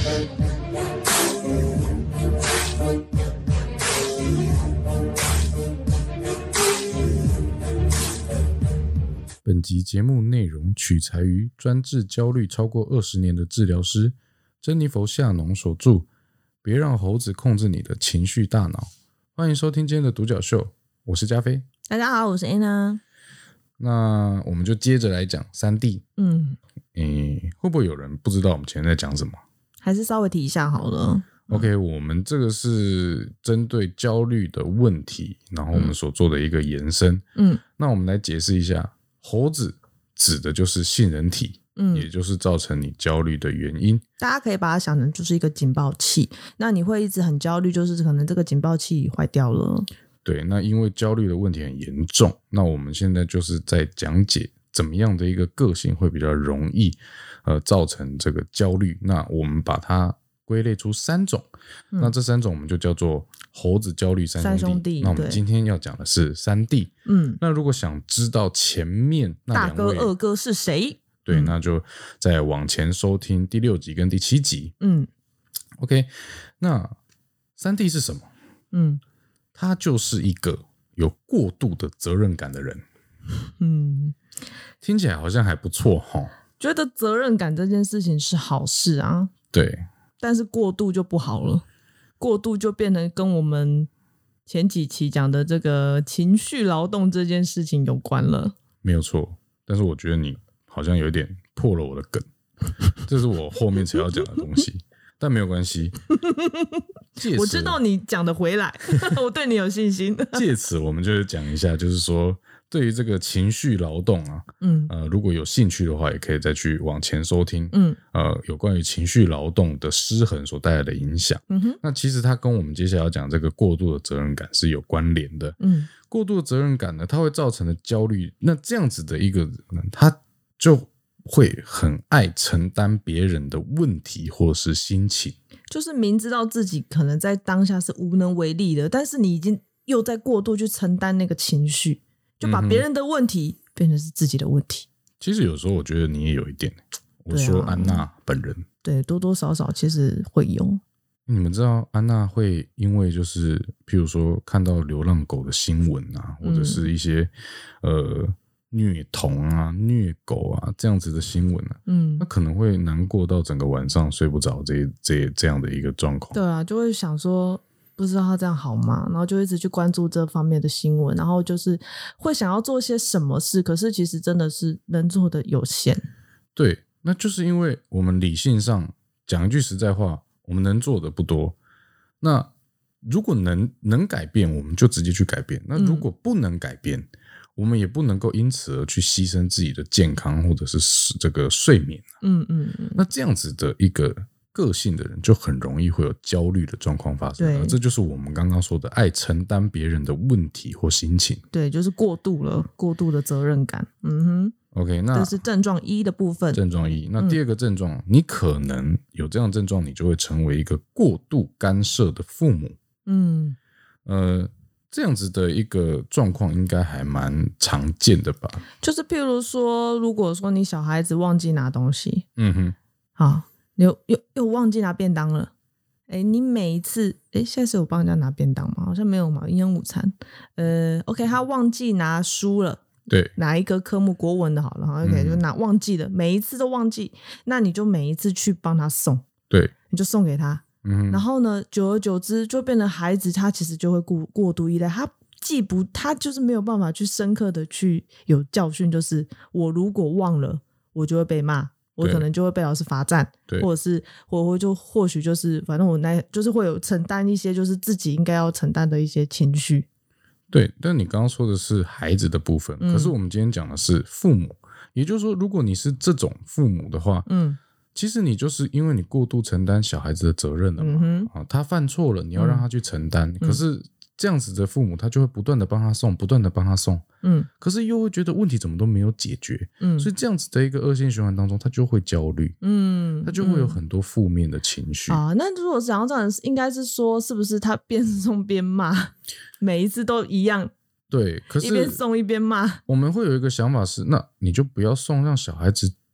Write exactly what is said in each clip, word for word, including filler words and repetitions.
本集节目内容取材于专治焦虑超过二十年的治疗师珍妮佛·夏农所著《别让猴子控制你的情绪大脑》。欢迎收听今天的独角秀，我是加菲。 大家好，我是 Anna。 那我们就接着来讲三 D。 嗯， 诶，会不会有人不知道我们前面在讲什么？ 还是稍微提一下好了。 OK， 我们这个是针对焦虑的问题，然后我们所做的一个延伸。 嗯， 那我们来解释一下，猴子指的就是杏仁体，嗯，也就是造成你焦虑的原因。 大家可以把它想成就是一个警报器，那你会一直很焦虑，就是可能这个警报器坏掉了。 对，那因为焦虑的问题很严重，那我们现在就是在讲解怎么样的一个个性会比较容易呃造成这个焦虑。那我们把它归类出三种，嗯、那这三种我们就叫做猴子焦虑三兄弟。 兄弟那我们今天要讲的是三 D。嗯，那如果想知道前面那两位大哥二哥是谁？ 对， 嗯、 那就再往前收听第六集跟第七集。嗯 ，OK， 那三 D 是什么？嗯，他就是一个有过度的责任感的人。嗯，听起来好像还不错齁。 觉得责任感这件事情是好事啊。 对。 但是过度就不好了，过度就变成跟我们前几期讲的这个情绪劳动这件事情有关了。 没有错，但是我觉得你好像有点破了我的梗，这是我后面才要讲的东西，但没有关系。 我知道你讲得回来，我对你有信心。 借此我们就是讲一下，就是说对于这个情绪劳动啊，嗯，呃，如果有兴趣的话，也可以再去往前收听，嗯，呃，有关于情绪劳动的失衡所带来的影响。嗯哼，那其实它跟我们接下来要讲这个过度的责任感是有关联的。嗯，过度的责任感呢，它会造成的焦虑，那这样子的一个人，他就会很爱承担别人的问题或是心情， 就是明知道自己可能在当下是无能为力的，但是你已经又在过度去承担那个情绪。就把别人的问题变成是自己的问题。 其实有时候我觉得你也有一点，我说安娜本人， 对，多多少少其实会有。 你们知道安娜会因为就是譬如说看到流浪狗的新闻啊，或者是一些、嗯、呃虐童啊虐狗啊这样子的新闻啊，嗯，那可能会难过到整个晚上睡不着，这这这样的一个状况。 对啊，就会想说不知道他这样好吗？然后就一直去关注这方面的新闻，然后就是会想要做些什么事，可是其实真的是能做的有限。 对，那就是因为我们理性上讲一句实在话，我们能做的不多。那如果能能改变，我们就直接去改变；那如果不能改变，嗯、我们也不能够因此而去牺牲自己的健康或者是这个睡眠。嗯嗯嗯。那这样子的一个个性的人就很容易会有焦虑的状况发生，而这就是我们刚刚说的爱承担别人的问题或心情。 对，就是过度了，过度的责任感。嗯哼 OK， 那这是症状一的部分。 症状一，那第二个症状、嗯、你可能有这样的症状，你就会成为一个过度干涉的父母。嗯，呃，这样子的一个状况应该还蛮常见的吧？ 就是譬如说，如果说你小孩子忘记拿东西，嗯哼，好。又又又忘记拿便当了，哎，你每一次，哎，现在是有帮人家拿便当吗？好像没有嘛，营养午餐。呃 ，OK， 他忘记拿书了， 对， 哪一个科目国文的好了 ，OK，、嗯、就拿忘记了，每一次都忘记，那你就每一次去帮他送， 对， 你就送给他，嗯，然后呢，久而久之就变成孩子，他其实就会过过度依赖，他既不，他就是没有办法去深刻的去有教训，就是我如果忘了，我就会被骂。我可能就会被老师罚站，或者是或就或许就是反正我那就是会有承担一些就是自己应该要承担的一些情绪。 对，但你刚刚说的是孩子的部分、嗯、可是我们今天讲的是父母，也就是说如果你是这种父母的话，嗯，其实你就是因为你过度承担小孩子的责任了嘛、嗯啊、他犯错了你要让他去承担、嗯、可是这样子的父母他就会不断的帮他送不断的帮他送，嗯，可是又会觉得问题怎么都没有解决，嗯，所以这样子的一个恶性循环当中他就会焦虑，嗯，他就会有很多负面的情绪、嗯、 啊。那如果想要这样，应该是说是不是他边送边骂，每一次都一样， 对，可是一边送一边骂。 我们会有一个想法是，那你就不要送，让小孩子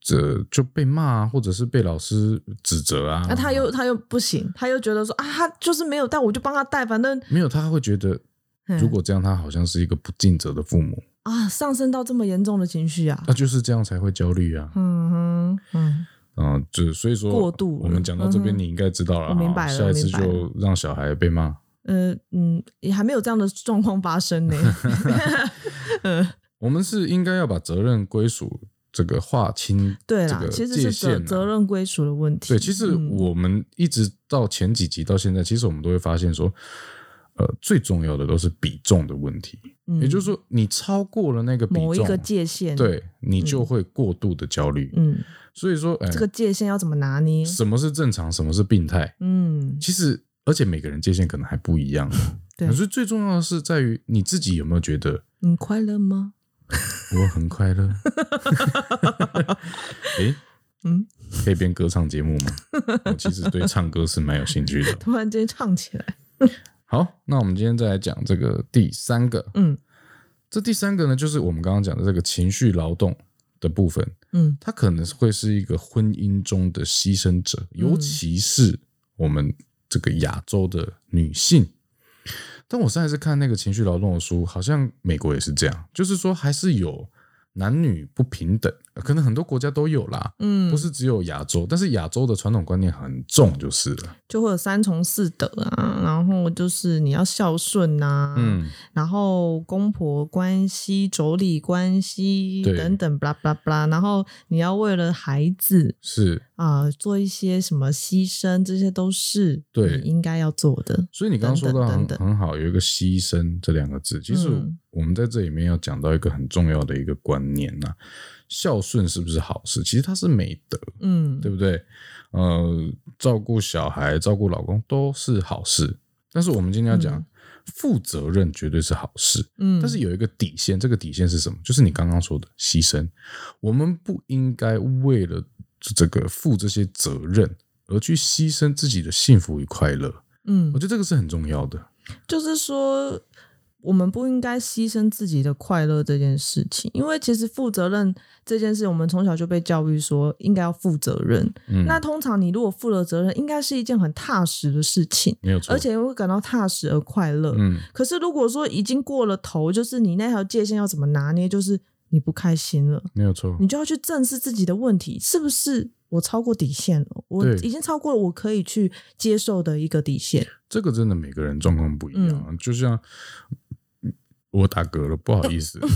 这就被骂啊，或者是被老师指责啊。 那、啊、他又他又不行，他又觉得说啊，他就是没有带，我就帮他带，反正没有，他会觉得如果这样，他好像是一个不尽责的父母啊，上升到这么严重的情绪啊， 那就是这样才会焦虑啊。 嗯哼嗯。 嗯，就所以说过度， 我们讲到这边，你应该知道了。 嗯、我明白了， 下一次就让小孩被骂。 呃嗯，也还没有这样的状况发生呢。 嗯，我们是应该要把责任归属这个划清， 对啦，其实是责责任归属的问题。 对，其实我们一直到前几集到现在，其实我们都会发现说，呃，最重要的都是比重的问题。嗯、也就是说，你超过了那个比重， 某一个界限， 对你就会过度的焦虑。嗯。所以说、欸， 这个界限要怎么拿捏？ 什么是正常，什么是病态？嗯，其实而且每个人界限可能还不一样。对，所以最重要的是在于你自己有没有觉得你快乐吗？ 我很快乐。诶，嗯，可以编歌唱节目吗？我其实对唱歌是蛮有兴趣的。 突然间唱起来。 好，那我们今天再来讲这个第三个。嗯，这第三个呢，就是我们刚刚讲的这个情绪劳动的部分。嗯，他可能会是一个婚姻中的牺牲者，嗯、尤其是我们这个亚洲的女性。但我上一次看那个情绪劳动的书，好像美国也是这样，就是说还是有男女不平等，可能很多国家都有啦，嗯，不是只有亚洲，但是亚洲的传统观念很重，就是了， 就会有三从四德啊，然后就是你要孝顺啊，嗯，然后公婆关系、妯娌关系等等，blah blah blah，然后你要为了孩子是啊、呃、做一些什么牺牲，这些都是对你应该要做的。 所以你刚刚说到 很, 很好，有一个牺牲这两个字，其实我们在这里面要讲到一个很重要的一个观念啊，孝顺是不是好事？其实它是美德，嗯，对不对？呃，照顾小孩、照顾老公都是好事，但是我们今天要讲、嗯、负责任绝对是好事，嗯，但是有一个底线，这个底线是什么？就是你刚刚说的牺牲，我们不应该为了这个负这些责任而去牺牲自己的幸福与快乐，嗯，我觉得这个是很重要的， 就是说。我们不应该牺牲自己的快乐这件事情，因为其实负责任这件事我们从小就被教育说应该要负责任、嗯、那通常你如果负了责任应该是一件很踏实的事情， 没有错， 而且会感到踏实而快乐、嗯、可是如果说已经过了头，就是你那条界限要怎么拿捏，就是你不开心了， 没有错， 你就要去正视自己的问题，是不是我超过底线了，我已经超过了我可以去接受的一个底线。 这个真的每个人状况不一样、嗯、就像我打嗝了，不好意思。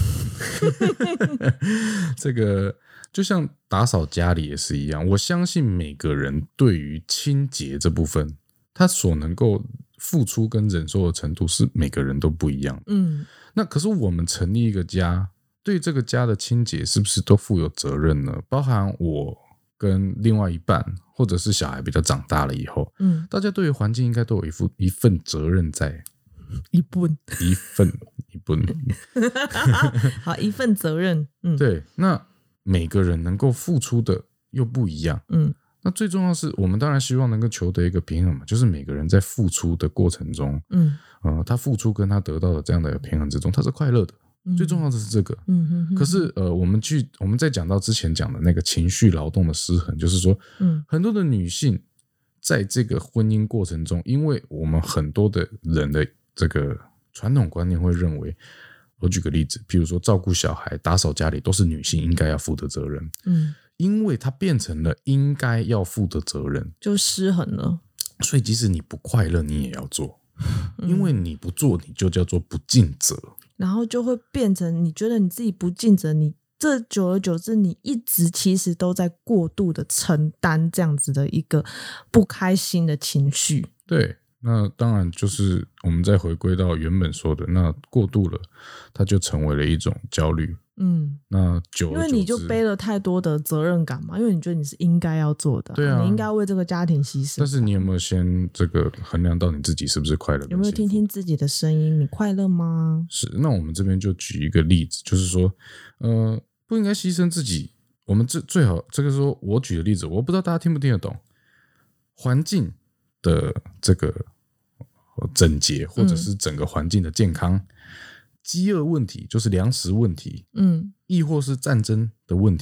这个就像打扫家里也是一样，我相信每个人对于清洁这部分，他所能够付出跟忍受的程度是每个人都不一样的。嗯，那可是我们成立一个家，对这个家的清洁是不是都负有责任呢？包含我跟另外一半，或者是小孩比较长大了以后，嗯，大家对于环境应该都有一副一份责任在。 一份一份一份好，一份责任、嗯、 对，那每个人能够付出的又不一样，嗯，那最重要是我们当然希望能够求得一个平衡嘛，就是每个人在付出的过程中，嗯、呃，他付出跟他得到的这样的平衡之中，他是快乐的、嗯、最重要的是这个，嗯哼哼，可是呃，我们去我们在讲到之前讲的那个情绪劳动的失衡，就是说，嗯，很多的女性在这个婚姻过程中，因为我们很多的人的这个传统观念会认为，我举个例子，譬如说照顾小孩、打扫家里都是女性应该要负的责任，嗯，因为它变成了应该要负的责任， 就失衡了。 所以即使你不快乐，你也要做，因为你不做，你就叫做不尽责， 然后就会变成你觉得你自己不尽责，你这久而久之，你一直其实都在过度的承担这样子的一个不开心的情绪。 对。那当然就是我们再回归到原本说的，那过度了它就成为了一种焦虑，嗯，那久而久之因为你就背了太多的责任感嘛，因为你觉得你是应该要做的， 对啊， 你应该为这个家庭牺牲， 但是你有没有先这个衡量到你自己是不是快乐， 有没有听听自己的声音，你快乐吗？ 是。那我们这边就举一个例子，就是说呃，不应该牺牲自己，我们这最好这个说我举的例子，我不知道大家听不听得懂，环境的这个整洁，或者是整个环境的健康，饥饿问题就是粮食问题，嗯，亦或是战争的问题，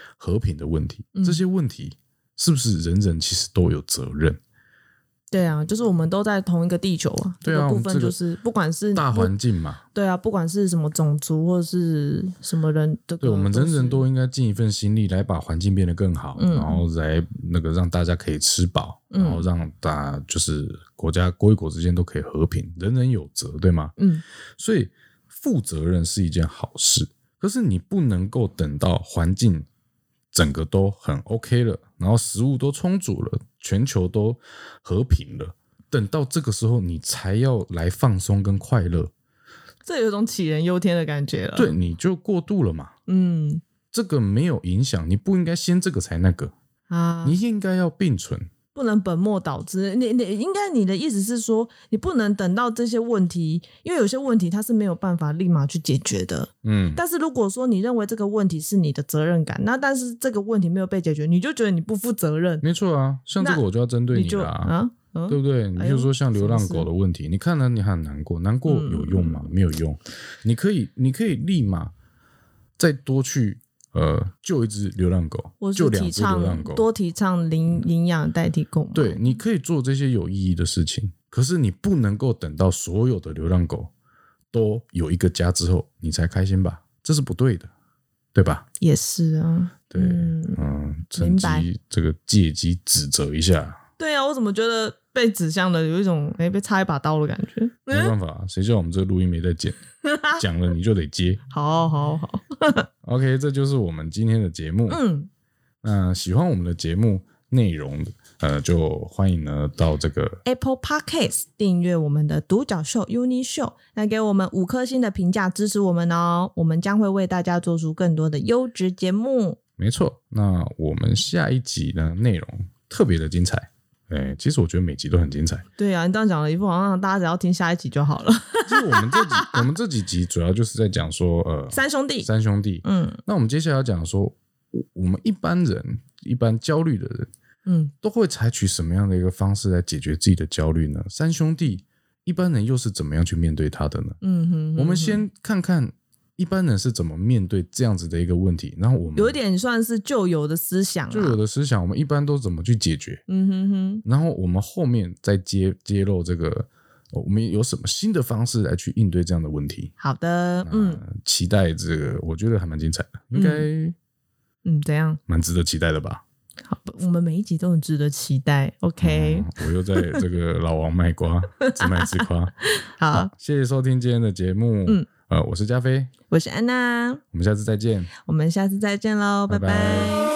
和平的问题， 嗯、 这些问题是不是人人其实都有责任？ 对啊，就是我们都在同一个地球啊， 对啊， 这个部分就是不管是大环境嘛， 对啊，不管是什么种族或者是什么人的， 对，我们人人都应该尽一份心力来把环境变得更好，嗯、然后来那个让大家可以吃饱，嗯、然后让大家就是国家国与国之间都可以和平，人人有责，对吗？嗯，所以负责任是一件好事，可是你不能够等到环境整个都很 OK 了，然后食物都充足了，全球都和平了，等到这个时候你才要来放松跟快乐， 这有种杞人忧天的感觉了。 对，你就过度了嘛。嗯，这个没有影响，你不应该先这个才那个啊，你应该要并存， 不能本末倒置。你你应该你的意思是说，你不能等到这些问题，因为有些问题它是没有办法立马去解决的。嗯，但是如果说你认为这个问题是你的责任感，那但是这个问题没有被解决，你就觉得你不负责任。 没错啊，像这个我就要针对你了啊。嗯、对不对？你比如说像流浪狗的问题，哎、你看了你很难过，难过有用吗？嗯、没有用。你可以，你可以立马再多去呃救一只流浪狗，救两只流浪狗， 多提倡领营养代替购买。 对，你可以做这些有意义的事情，可是你不能够等到所有的流浪狗都有一个家之后，你才开心吧？这是不对的，对吧？ 也是啊。 对，嗯，嗯趁机这个借机指责一下。 对啊，我怎么觉得被指向的有一种哎被插一把刀的感觉？ 没办法，谁叫我们这个录音没在剪，讲了你就得接。 好好好 ，OK， 这就是我们今天的节目。嗯，那喜欢我们的节目内容，呃，就欢迎呢到这个 Apple Podcast 订阅我们的独角秀 Uni Show， 那给我们五颗星的评价支持我们哦，我们将会为大家做出更多的优质节目。 没错，那我们下一集呢内容特别的精彩。欸、其实我觉得每集都很精彩。 对啊，你这样讲了一副好像大家只要听下一集就好了。 其实我们这集我们这几集主要就是在讲说，呃， 三兄弟， 三兄弟。嗯，那我们接下来要讲说，我们一般人，一般焦虑的人，嗯，都会采取什么样的一个方式来解决自己的焦虑呢？三兄弟一般人又是怎么样去面对他的呢？嗯哼哼哼，我们先看看一般人是怎么面对这样子的一个问题，然后我们有点算是旧有的思想、啊， 旧有的思想，我们一般都怎么去解决？嗯哼哼，然后我们后面再揭揭露这个，我们有什么新的方式来去应对这样的问题？ 好的，嗯， 期待这个，我觉得还蛮精彩的，应该，嗯， 嗯怎样？ 蛮值得期待的吧？ 好，我们每一集都很值得期待。OK，、 嗯、我又在这个老王卖瓜，自卖自夸。 好， 好，谢谢收听今天的节目。嗯。呃，我是加菲， 我是安娜， 我们下次再见， 我们下次再见喽，拜拜。拜拜。